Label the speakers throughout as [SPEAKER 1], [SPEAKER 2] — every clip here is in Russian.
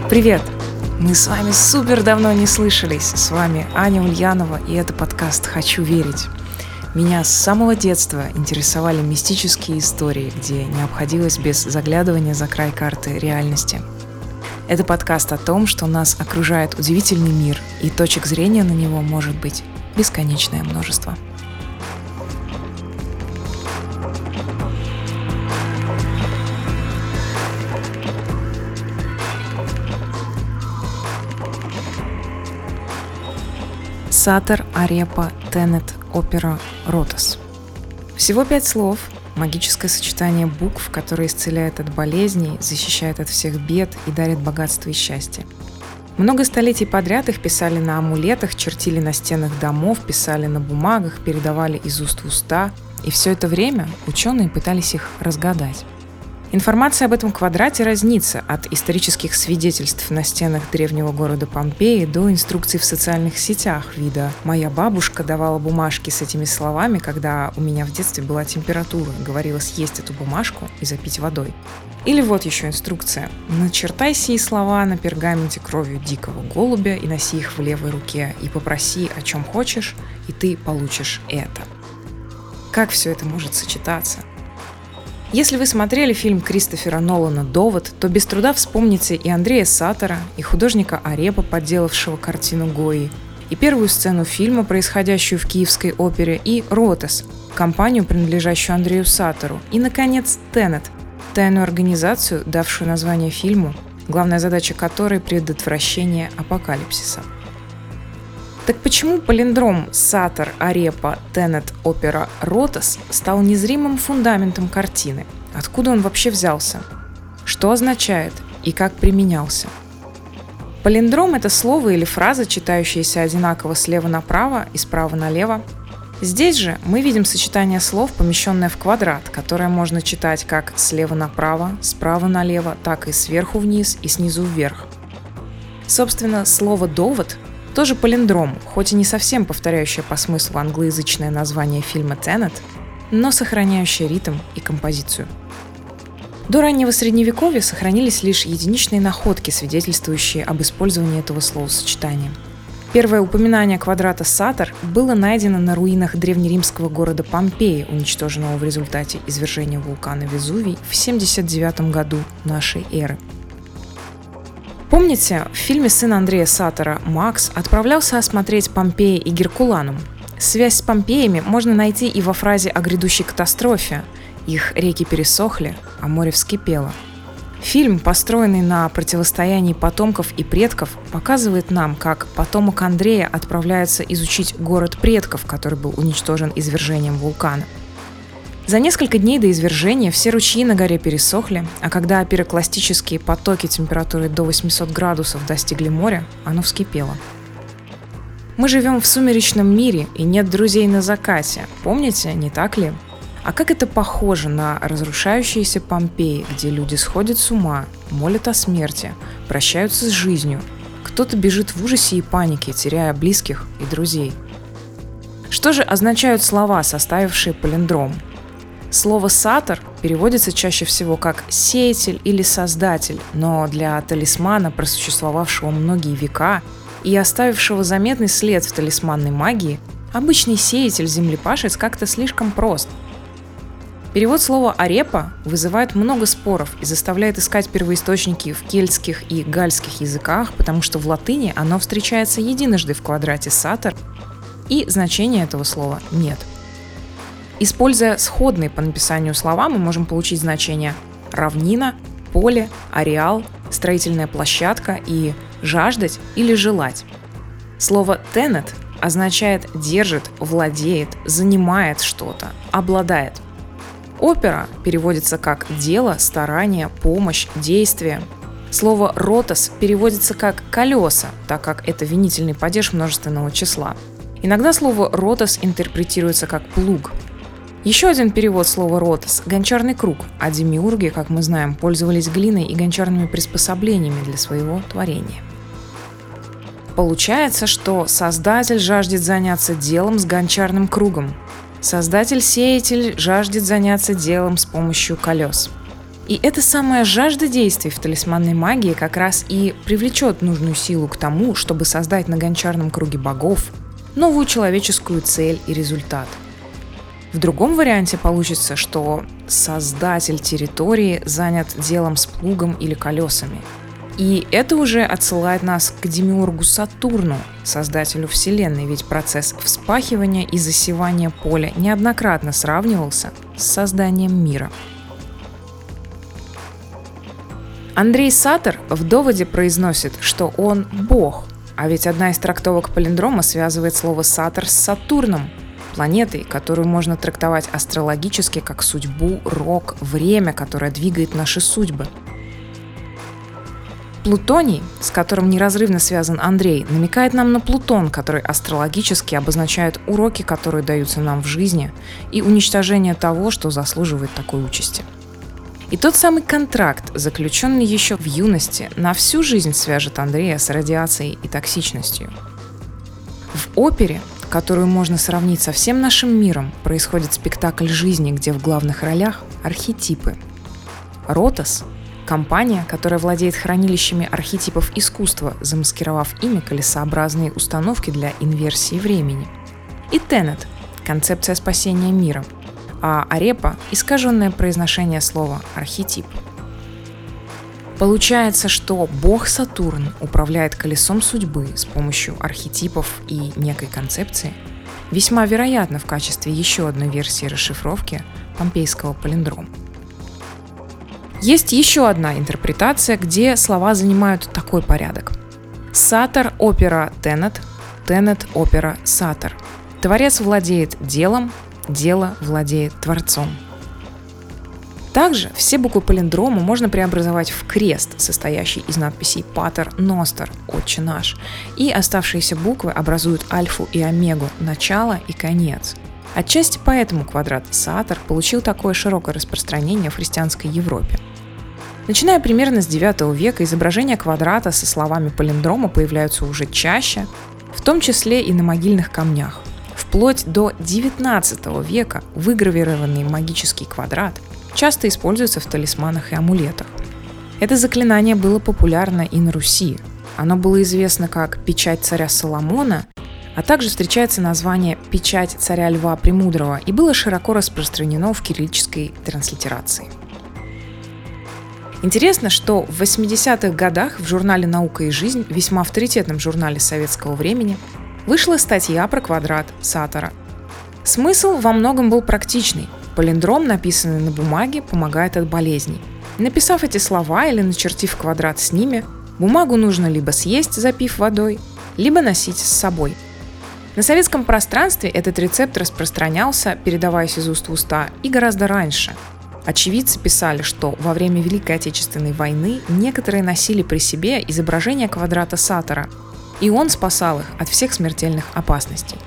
[SPEAKER 1] Привет! Мы с вами супер давно не слышались. С вами Аня Ульянова, и это подкаст «Хочу верить». Меня с самого детства интересовали мистические истории, где не обходилось без заглядывания за край карты реальности. Это подкаст о том, что нас окружает удивительный мир, и точек зрения на него может быть бесконечное множество. Сатор, Арепа, Тенет, Опера, Ротос. Всего 5 слов, магическое сочетание букв, которое исцеляет от болезней, защищает от всех бед и дарит богатство и счастье. Много столетий подряд их писали на амулетах, чертили на стенах домов, писали на бумагах, передавали из уст в уста, и все это время ученые пытались их разгадать. Информация об этом квадрате разнится от исторических свидетельств на стенах древнего города Помпеи до инструкций в социальных сетях вида «Моя бабушка давала бумажки с этими словами, когда у меня в детстве была температура, говорила съесть эту бумажку и запить водой». Или вот еще инструкция «Начертай сии слова на пергаменте кровью дикого голубя и носи их в левой руке, и попроси, о чем хочешь, и ты получишь это». Как все это может сочетаться? Если вы смотрели фильм Кристофера Нолана «Довод», то без труда вспомните и Андрея Сатора, и художника Арепа, подделавшего картину Гойи, и первую сцену фильма, происходящую в Киевской опере, и «Ротос», компанию, принадлежащую Андрею Сатору, и, наконец, «Тенет», тайную организацию, давшую название фильму, главная задача которой – предотвращение апокалипсиса. Так почему палиндром Сатор, Арепа, Тенет, Опера, Ротос стал незримым фундаментом картины? Откуда он вообще взялся? Что означает и как применялся? Палиндром – это слово или фраза, читающаяся одинаково слева направо и справа налево. Здесь же мы видим сочетание слов, помещенное в квадрат, которое можно читать как слева направо, справа налево, так и сверху вниз и снизу вверх. Собственно, слово «довод» тоже палиндром, хоть и не совсем повторяющее по смыслу англоязычное название фильма «Тенет», но сохраняющее ритм и композицию. До раннего Средневековья сохранились лишь единичные находки, свидетельствующие об использовании этого словосочетания. Первое упоминание квадрата Сатор было найдено на руинах древнеримского города Помпеи, уничтоженного в результате извержения вулкана Везувий в 79 году нашей эры. Помните, в фильме сын Андрея Сатора Макс отправлялся осмотреть Помпеи и Геркуланум. Связь с Помпеями можно найти и во фразе о грядущей катастрофе. Их реки пересохли, а море вскипело. Фильм, построенный на противостоянии потомков и предков, показывает нам, как потомок Андрея отправляется изучить город предков, который был уничтожен извержением вулкана. За несколько дней до извержения все ручьи на горе пересохли, а когда пирокластические потоки температурой до 800 градусов достигли моря, оно вскипело. Мы живем в сумеречном мире, и нет друзей на закате. Помните, не так ли? А как это похоже на разрушающиеся Помпеи, где люди сходят с ума, молят о смерти, прощаются с жизнью. Кто-то бежит в ужасе и панике, теряя близких и друзей. Что же означают слова, составившие палиндром? Слово «сатор» переводится чаще всего как «сеятель» или «создатель», но для талисмана, просуществовавшего многие века и оставившего заметный след в талисманной магии, обычный сеятель-землепашец как-то слишком прост. Перевод слова «арепа» вызывает много споров и заставляет искать первоисточники в кельтских и гальских языках, потому что в латыни оно встречается единожды в квадрате «сатор», и значения этого слова нет. Используя сходные по написанию слова, мы можем получить значения «равнина», «поле», «ареал», «строительная площадка» и «жаждать» или «желать». Слово «тенет» означает «держит», «владеет», «занимает что-то», «обладает». Опера переводится как «дело», «старание», «помощь», «действие». Слово «ротос» переводится как «колеса», так как это винительный падеж множественного числа. Иногда слово «ротос» интерпретируется как «плуг». Еще один перевод слова «ротос» – гончарный круг, а демиурги, как мы знаем, пользовались глиной и гончарными приспособлениями для своего творения. Получается, что создатель жаждет заняться делом с гончарным кругом. Создатель-сеятель жаждет заняться делом с помощью колес. И эта самая жажда действий в талисманной магии как раз и привлечет нужную силу к тому, чтобы создать на гончарном круге богов новую человеческую цель и результат. В другом варианте получится, что создатель территории занят делом с плугом или колесами. И это уже отсылает нас к демиургу Сатурну, создателю Вселенной, ведь процесс вспахивания и засевания поля неоднократно сравнивался с созданием мира. Андрей Сатор в доводе произносит, что он бог, а ведь одна из трактовок палиндрома связывает слово «Сатор» с Сатурном, планетой, которую можно трактовать астрологически как судьбу, рок, время, которое двигает наши судьбы. Плутоний, с которым неразрывно связан Андрей, намекает нам на Плутон, который астрологически обозначает уроки, которые даются нам в жизни, и уничтожение того, что заслуживает такой участи. И тот самый контракт, заключенный еще в юности, на всю жизнь свяжет Андрея с радиацией и токсичностью. В опере, которую можно сравнить со всем нашим миром, происходит спектакль жизни, где в главных ролях архетипы. Ротос – компания, которая владеет хранилищами архетипов искусства, замаскировав ими колесообразные установки для инверсии времени. И Тенет – концепция спасения мира, а Арепа – искаженное произношение слова «архетип». Получается, что бог Сатурн управляет колесом судьбы с помощью архетипов и некой концепции, весьма вероятно в качестве еще одной версии расшифровки помпейского палиндрома. Есть еще одна интерпретация, где слова занимают такой порядок. Сатор – опера Тенет, Тенет – опера Сатор. Творец владеет делом, дело владеет Творцом. Также все буквы палиндрома можно преобразовать в крест, состоящий из надписей «Патер Ностер» – «Отче наш», и оставшиеся буквы образуют альфу и омегу – начало и конец. Отчасти поэтому квадрат Сатор получил такое широкое распространение в христианской Европе. Начиная примерно с IX века изображения квадрата со словами палиндрома появляются уже чаще, в том числе и на могильных камнях. Вплоть до XIX века выгравированный магический квадрат часто используется в талисманах и амулетах. Это заклинание было популярно и на Руси. Оно было известно как «Печать царя Соломона», а также встречается название «Печать царя Льва Премудрого» и было широко распространено в кириллической транслитерации. Интересно, что в 80-х годах в журнале «Наука и жизнь», весьма авторитетном журнале советского времени, вышла статья про квадрат Сатора. Смысл во многом был практичный. Палиндром, написанный на бумаге, помогает от болезней. Написав эти слова или начертив квадрат с ними, бумагу нужно либо съесть, запив водой, либо носить с собой. На советском пространстве этот рецепт распространялся, передаваясь из уст в уста, и гораздо раньше. Очевидцы писали, что во время Великой Отечественной войны некоторые носили при себе изображение квадрата Сатора, и он спасал их от всех смертельных опасностей.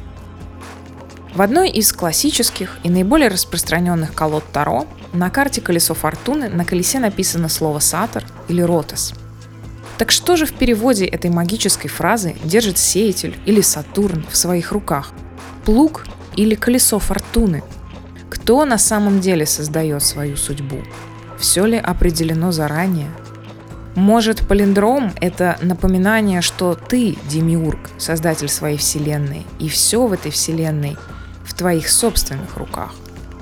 [SPEAKER 1] В одной из классических и наиболее распространенных колод Таро на карте колесо фортуны на колесе написано слово «Сатор» или «Ротос». Так что же в переводе этой магической фразы держит сеятель или Сатурн в своих руках? Плуг или колесо фортуны? Кто на самом деле создает свою судьбу? Все ли определено заранее? Может, палиндром – это напоминание, что ты – демиург, создатель своей вселенной, и все в этой вселенной в твоих собственных руках.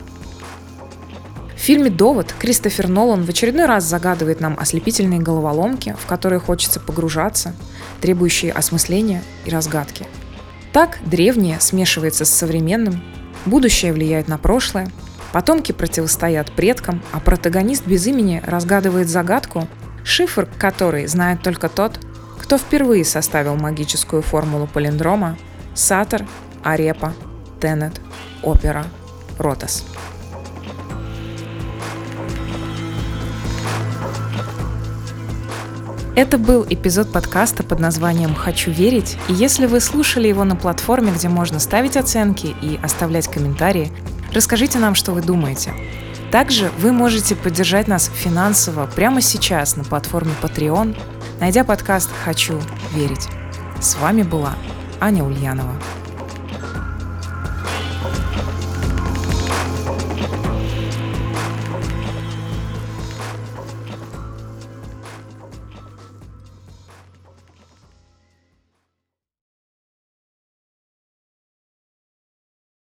[SPEAKER 1] В фильме «Довод» Кристофер Нолан в очередной раз загадывает нам ослепительные головоломки, в которые хочется погружаться, требующие осмысления и разгадки. Так древнее смешивается с современным, будущее влияет на прошлое, потомки противостоят предкам, а протагонист без имени разгадывает загадку, шифр которой знает только тот, кто впервые составил магическую формулу палиндрома Сатор, Арепа, Тенет, опера, Ротос. Это был эпизод подкаста под названием «Хочу верить», и если вы слушали его на платформе, где можно ставить оценки и оставлять комментарии, расскажите нам, что вы думаете. Также вы можете поддержать нас финансово прямо сейчас на платформе Patreon, найдя подкаст «Хочу верить». С вами была Аня Ульянова.